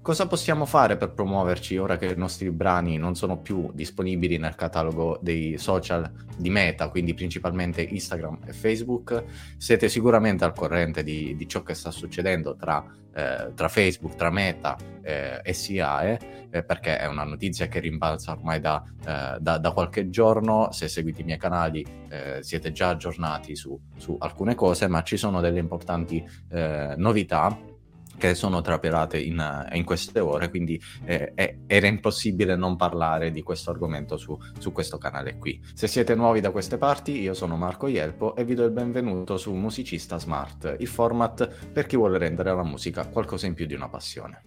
Cosa possiamo fare per promuoverci ora che i nostri brani non sono più disponibili nel catalogo dei social di Meta, quindi principalmente Instagram e Facebook? Siete sicuramente al corrente di ciò che sta succedendo tra Facebook, tra Meta e SIAE, perché è una notizia che rimbalza ormai da qualche giorno. Se seguite i miei canali siete già aggiornati su alcune cose, ma ci sono delle importanti novità che sono trapelate in queste ore, quindi era impossibile non parlare di questo argomento su questo canale qui. Se siete nuovi da queste parti, io sono Marco Ielpo e vi do il benvenuto su Musicista Smart, il format per chi vuole rendere la musica qualcosa in più di una passione.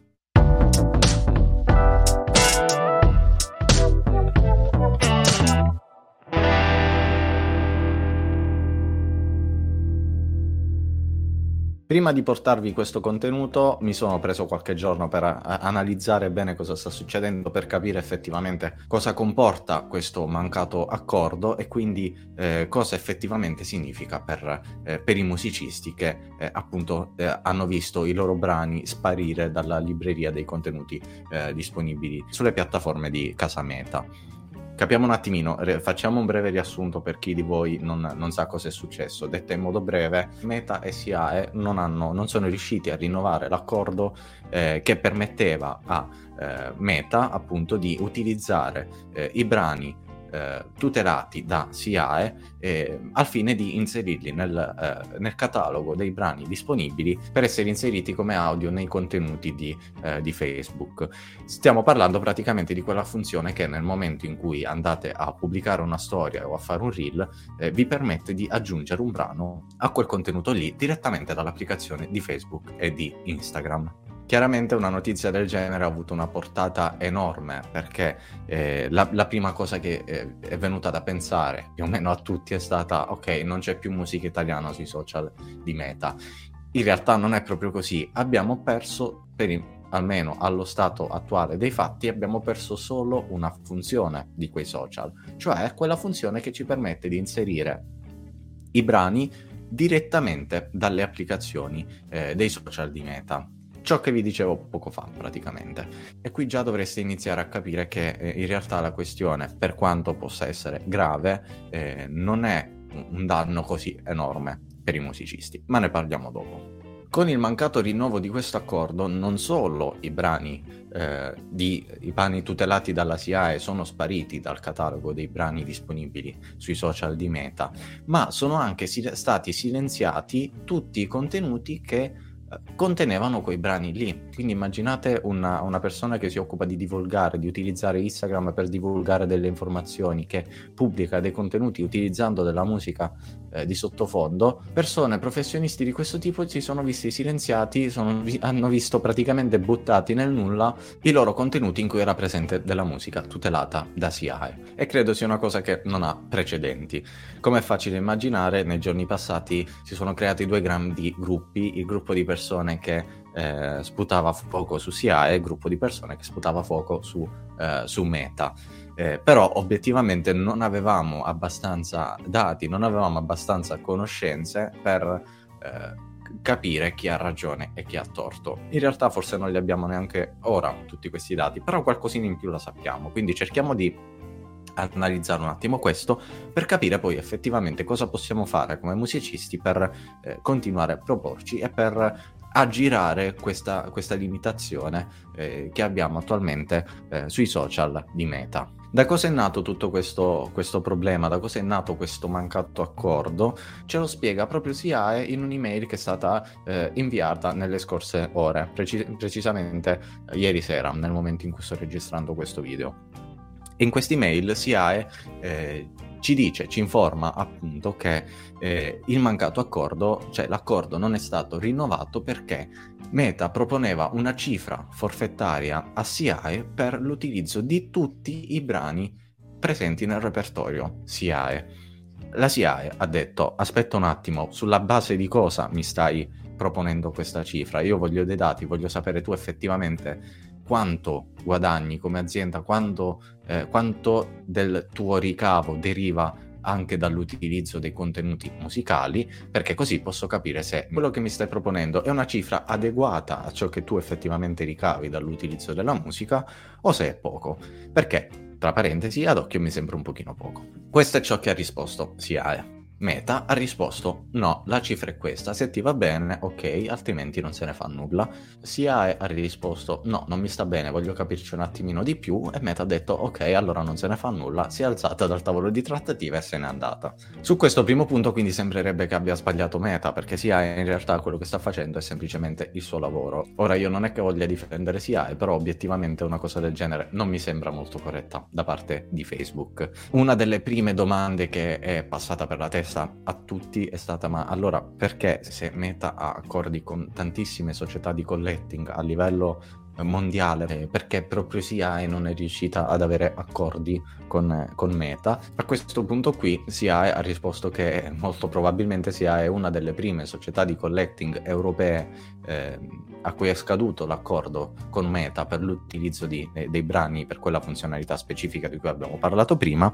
Prima di portarvi questo contenuto mi sono preso qualche giorno per analizzare bene cosa sta succedendo, per capire effettivamente cosa comporta questo mancato accordo e quindi cosa effettivamente significa per i musicisti che appunto hanno visto i loro brani sparire dalla libreria dei contenuti disponibili sulle piattaforme di Casa Meta. Capiamo un attimino, facciamo un breve riassunto per chi di voi non sa cosa è successo. Detta in modo breve, Meta e SIAE non sono riusciti a rinnovare l'accordo che permetteva a Meta appunto di utilizzare i brani tutelati da SIAE al fine di inserirli nel catalogo dei brani disponibili per essere inseriti come audio nei contenuti di Facebook. Stiamo parlando praticamente di quella funzione che nel momento in cui andate a pubblicare una storia o a fare un reel vi permette di aggiungere un brano a quel contenuto lì direttamente dall'applicazione di Facebook e di Instagram. Chiaramente una notizia del genere ha avuto una portata enorme, perché la prima cosa che è venuta da pensare più o meno a tutti è stata: ok, non c'è più musica italiana sui social di Meta. In realtà non è proprio così, abbiamo perso, almeno allo stato attuale dei fatti, abbiamo perso solo una funzione di quei social, cioè quella funzione che ci permette di inserire i brani direttamente dalle applicazioni dei social di Meta. Ciò che vi dicevo poco fa praticamente. E qui già dovreste iniziare a capire che in realtà la questione, per quanto possa essere grave, non è un danno così enorme per i musicisti, ma ne parliamo dopo. Con il mancato rinnovo di questo accordo, non solo i brani tutelati dalla SIAE sono spariti dal catalogo dei brani disponibili sui social di Meta, ma sono anche stati silenziati tutti i contenuti che contenevano quei brani lì. Quindi immaginate una persona che si occupa di divulgare, di utilizzare Instagram per divulgare delle informazioni, che pubblica dei contenuti utilizzando della musica di sottofondo. Persone, professionisti di questo tipo si sono visti silenziati, hanno visto praticamente buttati nel nulla i loro contenuti in cui era presente della musica tutelata da SIAE, e credo sia una cosa che non ha precedenti. Come è facile immaginare, nei giorni passati si sono creati due grandi gruppi: il gruppo di persone che sputava fuoco su SIAE e il gruppo di persone che sputava fuoco su Meta. Però obiettivamente non avevamo abbastanza dati, non avevamo abbastanza conoscenze per capire chi ha ragione e chi ha torto. In realtà forse non li abbiamo neanche ora tutti questi dati, però qualcosina in più la sappiamo, quindi cerchiamo di analizzare un attimo questo per capire poi effettivamente cosa possiamo fare come musicisti per continuare a proporci e per aggirare questa limitazione che abbiamo attualmente sui social di Meta. Da cosa è nato tutto questo problema? Da cosa è nato questo mancato accordo? Ce lo spiega proprio SIAE in un'email che è stata inviata nelle scorse ore, precisamente ieri sera, nel momento in cui sto registrando questo video. In quest'email SIAE ci informa appunto che il mancato accordo, cioè l'accordo non è stato rinnovato perché Meta proponeva una cifra forfettaria a SIAE per l'utilizzo di tutti i brani presenti nel repertorio SIAE. La SIAE ha detto: aspetta un attimo, sulla base di cosa mi stai proponendo questa cifra? Io voglio dei dati, voglio sapere tu effettivamente quanto guadagni come azienda, quanto del tuo ricavo deriva anche dall'utilizzo dei contenuti musicali, perché così posso capire se quello che mi stai proponendo è una cifra adeguata a ciò che tu effettivamente ricavi dall'utilizzo della musica o se è poco, perché, tra parentesi, ad occhio mi sembra un pochino poco. Questo è ciò che ha risposto SIAE. Meta ha risposto no, la cifra è questa, se ti va bene ok, altrimenti non se ne fa nulla. SIAE ha risposto no, non mi sta bene, voglio capirci un attimino di più, e Meta ha detto ok, allora non se ne fa nulla, si è alzata dal tavolo di trattativa e se n'è andata. Su questo primo punto quindi sembrerebbe che abbia sbagliato Meta, perché SIAE in realtà quello che sta facendo è semplicemente il suo lavoro. Ora io non è che voglia difendere SIAE, però obiettivamente una cosa del genere non mi sembra molto corretta da parte di Facebook. Una delle prime domande che è passata per la testa a tutti è stata: ma allora perché, se Meta ha accordi con tantissime società di collecting a livello mondiale, perché proprio SIAE non è riuscita ad avere accordi con Meta? A questo punto qui SIAE ha risposto che molto probabilmente SIAE è una delle prime società di collecting europee a cui è scaduto l'accordo con Meta per l'utilizzo dei brani per quella funzionalità specifica di cui abbiamo parlato prima,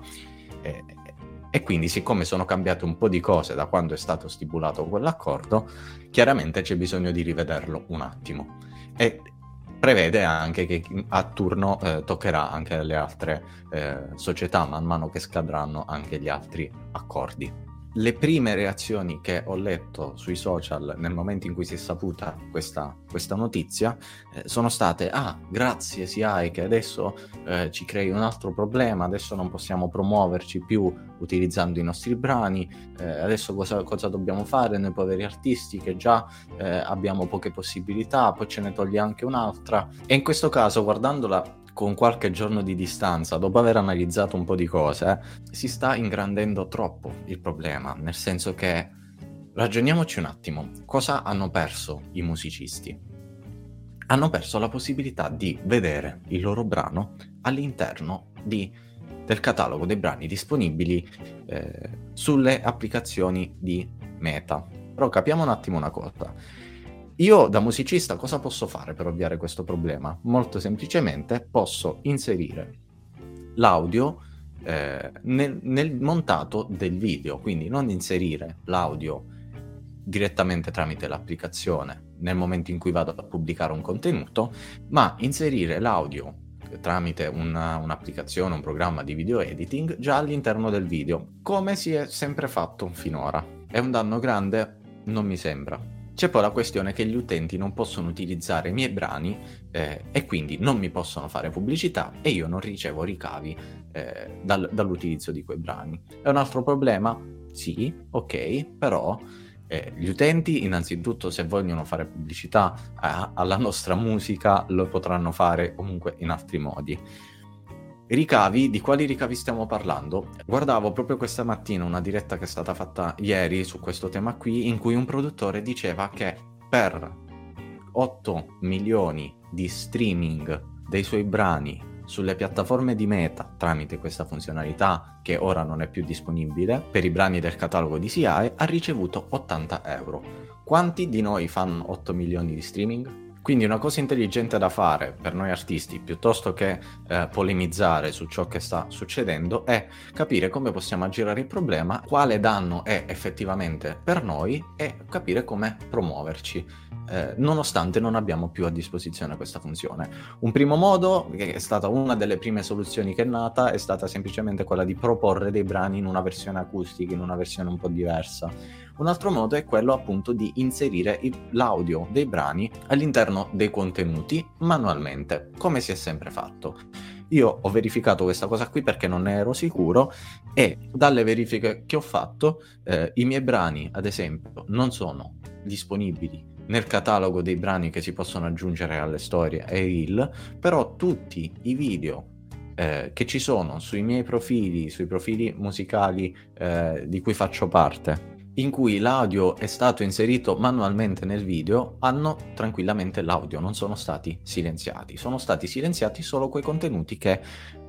e quindi, siccome sono cambiate un po' di cose da quando è stato stipulato quell'accordo, chiaramente c'è bisogno di rivederlo un attimo. E prevede anche che a turno toccherà anche alle altre società, man mano che scadranno anche gli altri accordi. Le prime reazioni che ho letto sui social nel momento in cui si è saputa questa notizia sono state: ah, grazie SIAE che adesso ci crei un altro problema, adesso non possiamo promuoverci più utilizzando i nostri brani, adesso cosa dobbiamo fare noi poveri artisti che già abbiamo poche possibilità, poi ce ne toglie anche un'altra. E in questo caso, guardandola con qualche giorno di distanza, dopo aver analizzato un po' di cose, si sta ingrandendo troppo il problema, nel senso che, ragioniamoci un attimo, cosa hanno perso i musicisti? Hanno perso la possibilità di vedere il loro brano all'interno del catalogo dei brani disponibili sulle applicazioni di Meta. Però capiamo un attimo una cosa. Io da musicista cosa posso fare per ovviare questo problema? Molto semplicemente posso inserire l'audio nel montato del video, quindi non inserire l'audio direttamente tramite l'applicazione nel momento in cui vado a pubblicare un contenuto, ma inserire l'audio tramite un'applicazione, un programma di video editing già all'interno del video, come si è sempre fatto finora. È un danno grande? Non mi sembra. C'è poi la questione che gli utenti non possono utilizzare i miei brani e quindi non mi possono fare pubblicità e io non ricevo ricavi dall'utilizzo di quei brani. È un altro problema? Sì, ok, però gli utenti innanzitutto, se vogliono fare pubblicità alla nostra musica, lo potranno fare comunque in altri modi. Ricavi, di quali ricavi stiamo parlando? Guardavo proprio questa mattina una diretta che è stata fatta ieri su questo tema qui, in cui un produttore diceva che per 8 milioni di streaming dei suoi brani sulle piattaforme di Meta tramite questa funzionalità, che ora non è più disponibile per i brani del catalogo di SIAE, ha ricevuto 80 euro. Quanti di noi fanno 8 milioni di streaming? Quindi una cosa intelligente da fare per noi artisti, piuttosto che polemizzare su ciò che sta succedendo, è capire come possiamo aggirare il problema, quale danno è effettivamente per noi e capire come promuoverci, nonostante non abbiamo più a disposizione questa funzione. Un primo modo, che è stata una delle prime soluzioni che è nata, è stata semplicemente quella di proporre dei brani in una versione acustica, in una versione un po' diversa. Un altro modo è quello appunto di inserire l'audio dei brani all'interno dei contenuti manualmente, come si è sempre fatto. Io ho verificato questa cosa qui perché non ne ero sicuro e dalle verifiche che ho fatto i miei brani, ad esempio, non sono disponibili nel catalogo dei brani che si possono aggiungere alle storie e reel, però tutti i video che ci sono sui miei profili, sui profili musicali di cui faccio parte, in cui l'audio è stato inserito manualmente nel video, hanno tranquillamente l'audio, non sono stati silenziati. Sono stati silenziati solo quei contenuti che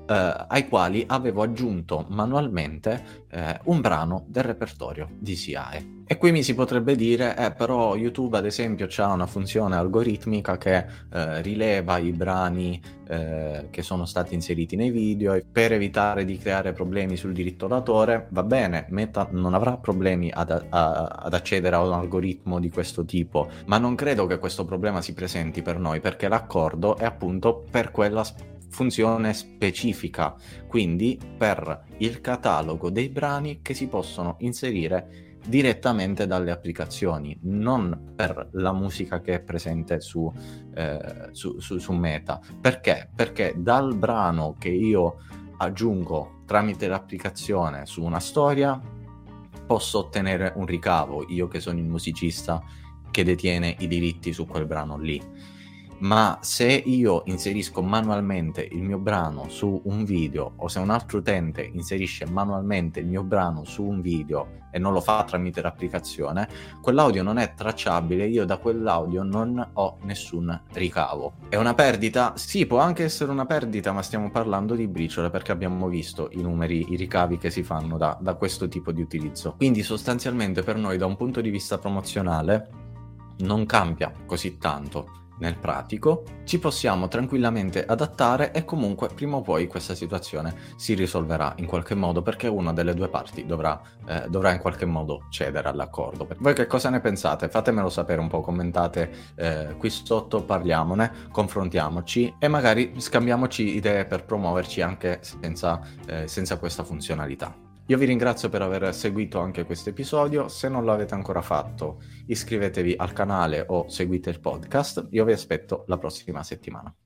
ai quali avevo aggiunto manualmente un brano del repertorio di SIAE. E qui mi si potrebbe dire, però YouTube ad esempio c'ha una funzione algoritmica che rileva i brani che sono stati inseriti nei video, e per evitare di creare problemi sul diritto d'autore, va bene, Meta non avrà problemi ad accedere a un algoritmo di questo tipo, ma non credo che questo problema si presenti per noi, perché l'accordo è appunto per quella funzione specifica, quindi per il catalogo dei brani che si possono inserire direttamente dalle applicazioni, non per la musica che è presente su Meta. Perché? Perché dal brano che io aggiungo tramite l'applicazione su una storia posso ottenere un ricavo, io che sono il musicista che detiene i diritti su quel brano lì. Ma se io inserisco manualmente il mio brano su un video, o se un altro utente inserisce manualmente il mio brano su un video e non lo fa tramite l'applicazione, quell'audio non è tracciabile, io da quell'audio non ho nessun ricavo. È una perdita? Sì, può anche essere una perdita, ma stiamo parlando di briciole, perché abbiamo visto i numeri, i ricavi che si fanno da questo tipo di utilizzo. Quindi sostanzialmente per noi, da un punto di vista promozionale, non cambia così tanto. Nel pratico ci possiamo tranquillamente adattare, e comunque prima o poi questa situazione si risolverà in qualche modo, perché una delle due parti dovrà in qualche modo cedere all'accordo. Voi che cosa ne pensate? Fatemelo sapere un po', commentate qui sotto, parliamone, confrontiamoci e magari scambiamoci idee per promuoverci anche senza questa funzionalità. Io vi ringrazio per aver seguito anche questo episodio. Se non l'avete ancora fatto, iscrivetevi al canale o seguite il podcast. Io vi aspetto la prossima settimana.